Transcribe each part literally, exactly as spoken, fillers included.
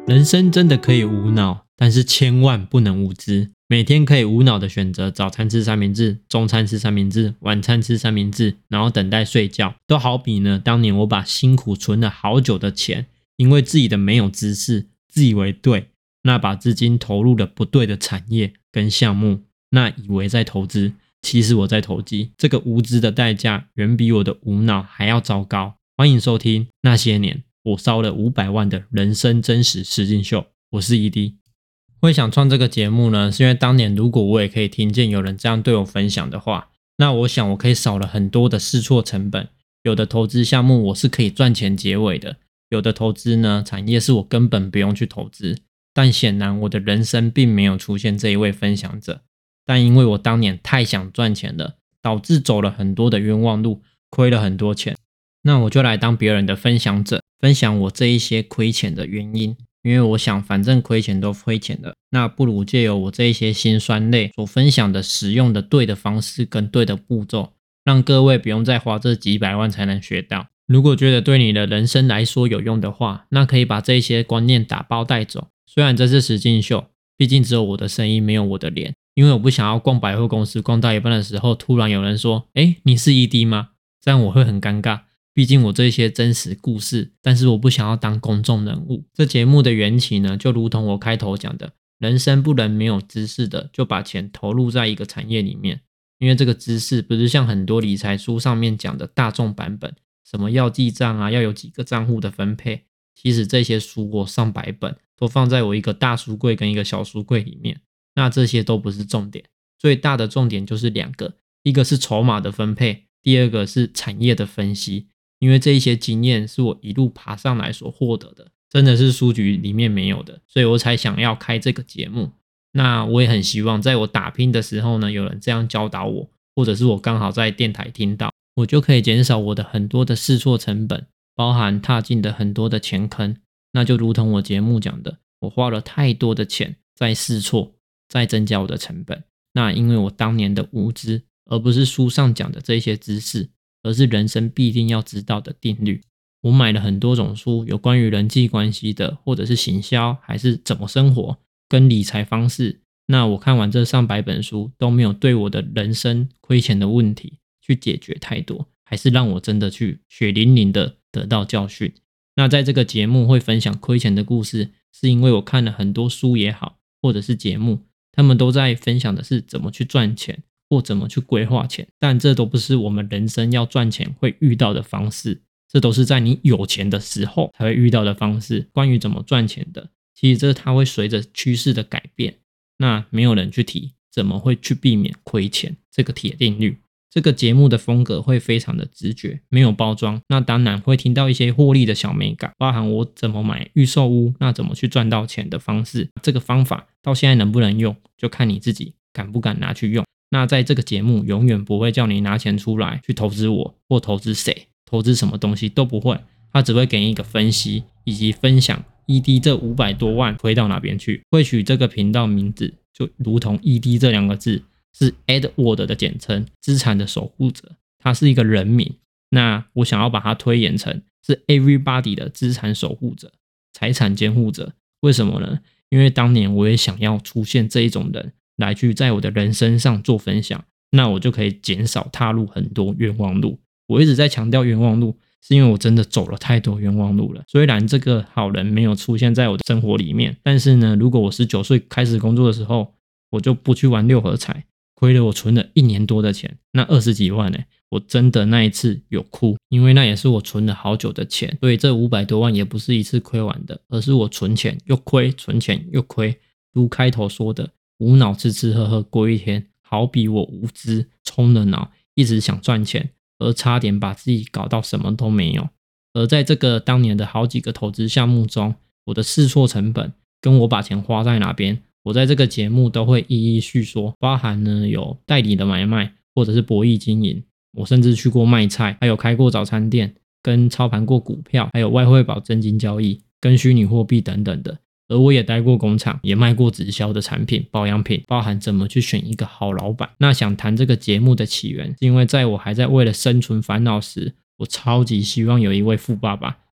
人生真的可以无脑，但是千万不能无知。每天可以无脑的选择早餐吃三明治，中餐吃三明治，晚餐吃三明治，然后等待睡觉。都好比呢，当年我把辛苦存了好久的钱，因为自己的没有知识，自以为对，那把资金投入了不对的产业跟项目，那以为在投资，其实我在投机。这个无知的代价远比我的无脑还要糟糕。欢迎收听那些年我烧了五百万的人生真实实境秀，我是 E D。 会想创这个节目呢，是因为当年如果我也可以听见有人这样对我分享的话，那我想我可以少了很多的试错成本。有的投资项目我是可以赚钱结尾的，有的投资呢产业是我根本不用去投资。但显然我的人生并没有出现这一位分享者，但因为我当年太想赚钱了，导致走了很多的冤枉路，亏了很多钱。那我就来当别人的分享者，分享我这一些亏钱的原因。因为我想反正亏钱都亏钱了，那不如借由我这一些辛酸泪所分享的使用的对的方式跟对的步骤，让各位不用再花这几百万才能学到。如果觉得对你的人生来说有用的话，那可以把这些观念打包带走。虽然这是实境秀，毕竟只有我的声音没有我的脸，因为我不想要逛百货公司逛到一半的时候突然有人说诶你是 E D 吗？这样我会很尴尬，毕竟我这些真实故事，但是我不想要当公众人物。这节目的缘起呢，就如同我开头讲的，人生不能没有知识的就把钱投入在一个产业里面。因为这个知识不是像很多理财书上面讲的大众版本，什么要记账啊，要有几个账户的分配，其实这些书我上百本都放在我一个大书柜跟一个小书柜里面，那这些都不是重点。最大的重点就是两个，一个是筹码的分配，第二个是产业的分析。因为这一些经验是我一路爬上来所获得的，真的是书局里面没有的，所以我才想要开这个节目。那我也很希望在我打拼的时候呢，有人这样教导我，或者是我刚好在电台听到，我就可以减少我的很多的试错成本，包含踏进的很多的钱坑。那就如同我节目讲的，我花了太多的钱在试错，在增加我的成本。那因为我当年的无知，而不是书上讲的这些知识，而是人生必定要知道的定律。我买了很多种书，有关于人际关系的，或者是行销，还是怎么生活跟理财方式。那我看完这上百本书都没有对我的人生亏钱的问题去解决太多，还是让我真的去血淋淋的得到教训。那在这个节目会分享亏钱的故事，是因为我看了很多书也好，或者是节目，他们都在分享的是怎么去赚钱或怎么去规划钱，但这都不是我们人生要赚钱会遇到的方式，这都是在你有钱的时候才会遇到的方式。关于怎么赚钱的，其实这它会随着趋势的改变，那没有人去提怎么会去避免亏钱这个铁定律。这个节目的风格会非常的直觉，没有包装，那当然会听到一些获利的小美感，包含我怎么买预售屋，那怎么去赚到钱的方式。这个方法到现在能不能用，就看你自己敢不敢拿去用。那在这个节目永远不会叫你拿钱出来去投资我，或投资谁，投资什么东西都不会，他只会给你一个分析以及分享 E D 这五百多万推到哪边去。会取这个频道名字就如同 E D 这两个字是 Edward 的简称，资产的守护者，他是一个人名。那我想要把它推演成是 Everybody 的资产守护者，财产监护者。为什么呢？因为当年我也想要出现这一种人来去在我的人生上做分享，那我就可以减少踏入很多冤枉路。我一直在强调冤枉路，是因为我真的走了太多冤枉路了。虽然这个好人没有出现在我的生活里面，但是呢，如果我十九岁开始工作的时候，我就不去玩六合彩，亏了我存了一年多的钱，那二十几万呢、欸，我真的那一次有哭，因为那也是我存了好久的钱。所以这五百多万也不是一次亏完的，而是我存钱又亏，存钱又亏。如开头说的，无脑吃吃喝喝过一天，好比我无知充了脑，一直想赚钱，而差点把自己搞到什么都没有。而在这个当年的好几个投资项目中，我的试错成本跟我把钱花在哪边，我在这个节目都会一一叙说，包含呢有代理的买卖，或者是博弈经营，我甚至去过卖菜，还有开过早餐店，跟操盘过股票，还有外汇保证金交易，跟虚拟货币等等的。而我也待过工厂，也卖过直销的产品、保养品，包含怎么去选一个好老板。那想谈这个节目的起源，是因为在我还在为了生存烦恼时，我超级希望有一位富爸爸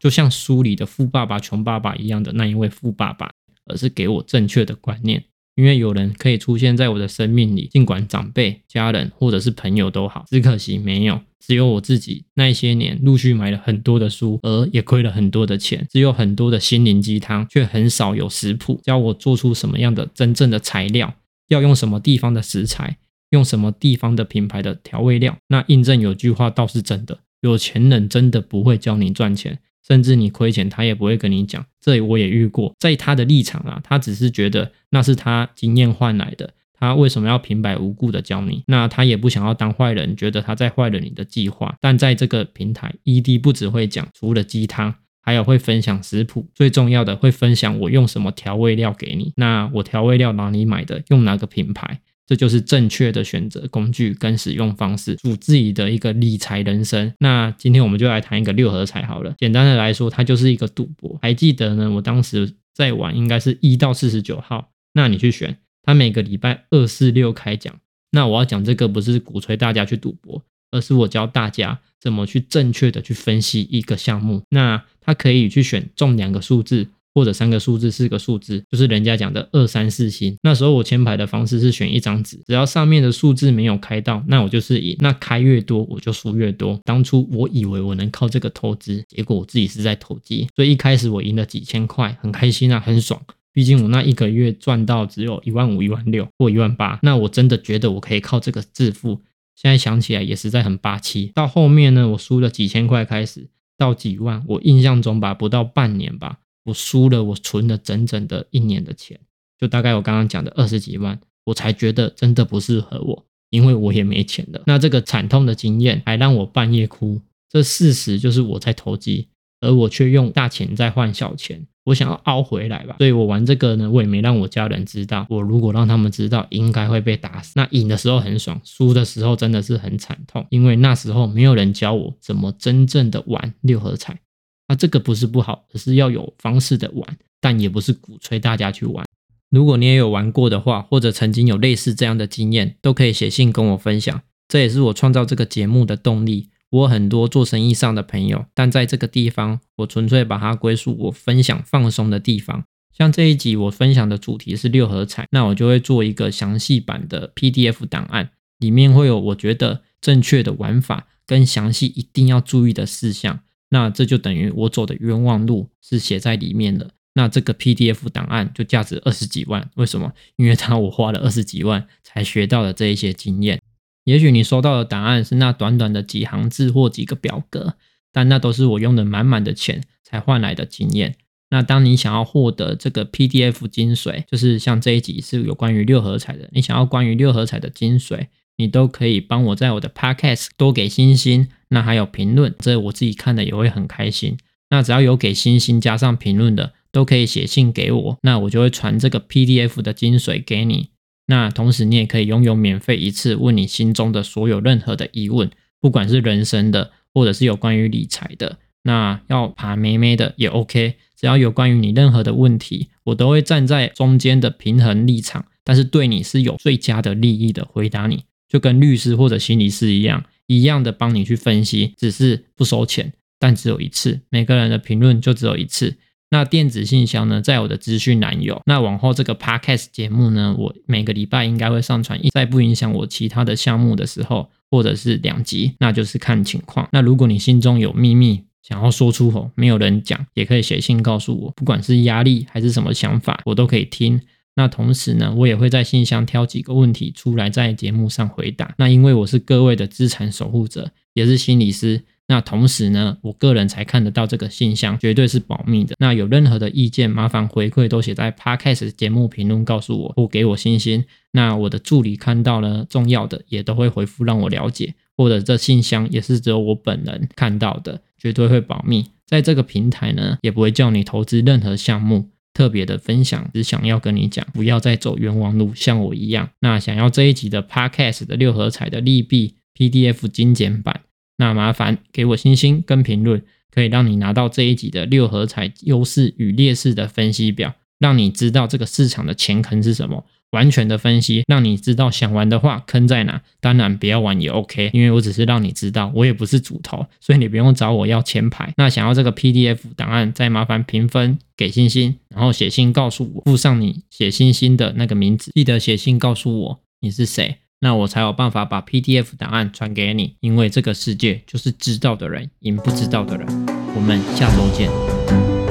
就像书里的富爸爸穷爸爸一样的那一位富爸爸，而是给我正确的观念。因为有人可以出现在我的生命里，尽管长辈、家人或者是朋友都好，只可惜没有，只有我自己那些年陆续买了很多的书，而也亏了很多的钱，只有很多的心灵鸡汤，却很少有食谱教我做出什么样的真正的材料，要用什么地方的食材，用什么地方的品牌的调味料。那印证有句话倒是真的，有钱人真的不会教你赚钱，甚至你亏钱他也不会跟你讲，这我也遇过。在他的立场啊，他只是觉得那是他经验换来的，他为什么要平白无故的教你？那他也不想要当坏人，觉得他在坏了你的计划。但在这个平台 E D 不只会讲除了鸡汤，还有会分享食谱，最重要的会分享我用什么调味料给你，那我调味料哪里买的，用哪个品牌，这就是正确的选择工具跟使用方式，属自己的一个理财人生。那今天我们就来谈一个六合彩好了。简单的来说，它就是一个赌博。还记得呢，我当时在玩应该是一到四十九号，那你去选，它每个礼拜二四六开奖。那我要讲这个不是鼓吹大家去赌博，而是我教大家怎么去正确的去分析一个项目。那它可以去选中两个数字，或者三个数字、四个数字，就是人家讲的二三四星。那时候我签牌的方式是选一张纸，只要上面的数字没有开到，那我就是赢。那开越多我就输越多。当初我以为我能靠这个投资，结果我自己是在投机，所以一开始我赢了几千块，很开心啊，很爽。毕竟我那一个月赚到只有一万五、一万六或一万八，那我真的觉得我可以靠这个致富。现在想起来也实在很霸气。到后面呢，我输了几千块开始到几万，我印象中吧，不到半年吧，我输了我存了整整的一年的钱，就大概我刚刚讲的二十几万，我才觉得真的不适合我，因为我也没钱了。那这个惨痛的经验还让我半夜哭，这事实就是我在投机，而我却用大钱在换小钱，我想要凹回来吧。所以我玩这个呢，我也没让我家人知道，我如果让他们知道应该会被打死。那赢的时候很爽，输的时候真的是很惨痛，因为那时候没有人教我怎么真正的玩六合彩。那这个不是不好，而是要有方式的玩，但也不是鼓吹大家去玩。如果你也有玩过的话，或者曾经有类似这样的经验，都可以写信跟我分享，这也是我创造这个节目的动力。我有很多做生意上的朋友，但在这个地方我纯粹把它归属我分享放松的地方。像这一集我分享的主题是六合彩，那我就会做一个详细版的 P D F 档案，里面会有我觉得正确的玩法跟详细一定要注意的事项。那这就等于我走的冤枉路是写在里面了。那这个 P D F 档案就价值二十几万，为什么？因为它我花了二十几万才学到了这一些经验。也许你收到的档案是那短短的几行字或几个表格，但那都是我用的满满的钱才换来的经验。那当你想要获得这个 P D F 精髓，就是像这一集是有关于六合彩的，你想要关于六合彩的精髓，你都可以帮我在我的 Podcast 多给星星，那还有评论，这我自己看的也会很开心。那只要有给星星加上评论的，都可以写信给我，那我就会传这个 P D F 的精髓给你。那同时你也可以拥有免费一次问你心中的所有任何的疑问，不管是人生的或者是有关于理财的，那要爬妹妹的也 OK， 只要有关于你任何的问题，我都会站在中间的平衡立场，但是对你是有最佳的利益的回答你，就跟律师或者心理师一样，一样的帮你去分析，只是不收钱，但只有一次，每个人的评论就只有一次。那电子信箱呢，在我的资讯栏有。那往后这个 podcast 节目呢，我每个礼拜应该会上传，在不影响我其他的项目的时候，或者是两集，那就是看情况。那如果你心中有秘密想要说出口，没有人讲，也可以写信告诉我，不管是压力还是什么想法，我都可以听。那同时呢，我也会在信箱挑几个问题出来在节目上回答。那因为我是各位的资产守护者，也是心理师，那同时呢，我个人才看得到这个信箱，绝对是保密的。那有任何的意见，麻烦回馈都写在 Podcast 节目评论告诉我，或给我星星。那我的助理看到了重要的，也都会回复让我了解，或者这信箱也是只有我本人看到的，绝对会保密。在这个平台呢，也不会叫你投资任何项目，特别的分享，只想要跟你讲，不要再走冤枉路，像我一样。那想要这一集的 Podcast 的六合彩的利弊 P D F 精简版，那麻烦给我星星跟评论，可以让你拿到这一集的六合彩优势与劣势的分析表。 让你知道这个市场的前坑是什么，完全的分析，让你知道想玩的话坑在哪。当然不要玩也 OK， 因为我只是让你知道，我也不是主头，所以你不用找我要前排。那想要这个 P D F 档案，再麻烦评分给星星，然后写信告诉我，附上你写星星的那个名字，记得写信告诉我你是谁，那我才有办法把 P D F 档案传给你。因为这个世界就是知道的人赢不知道的人。我们下周见。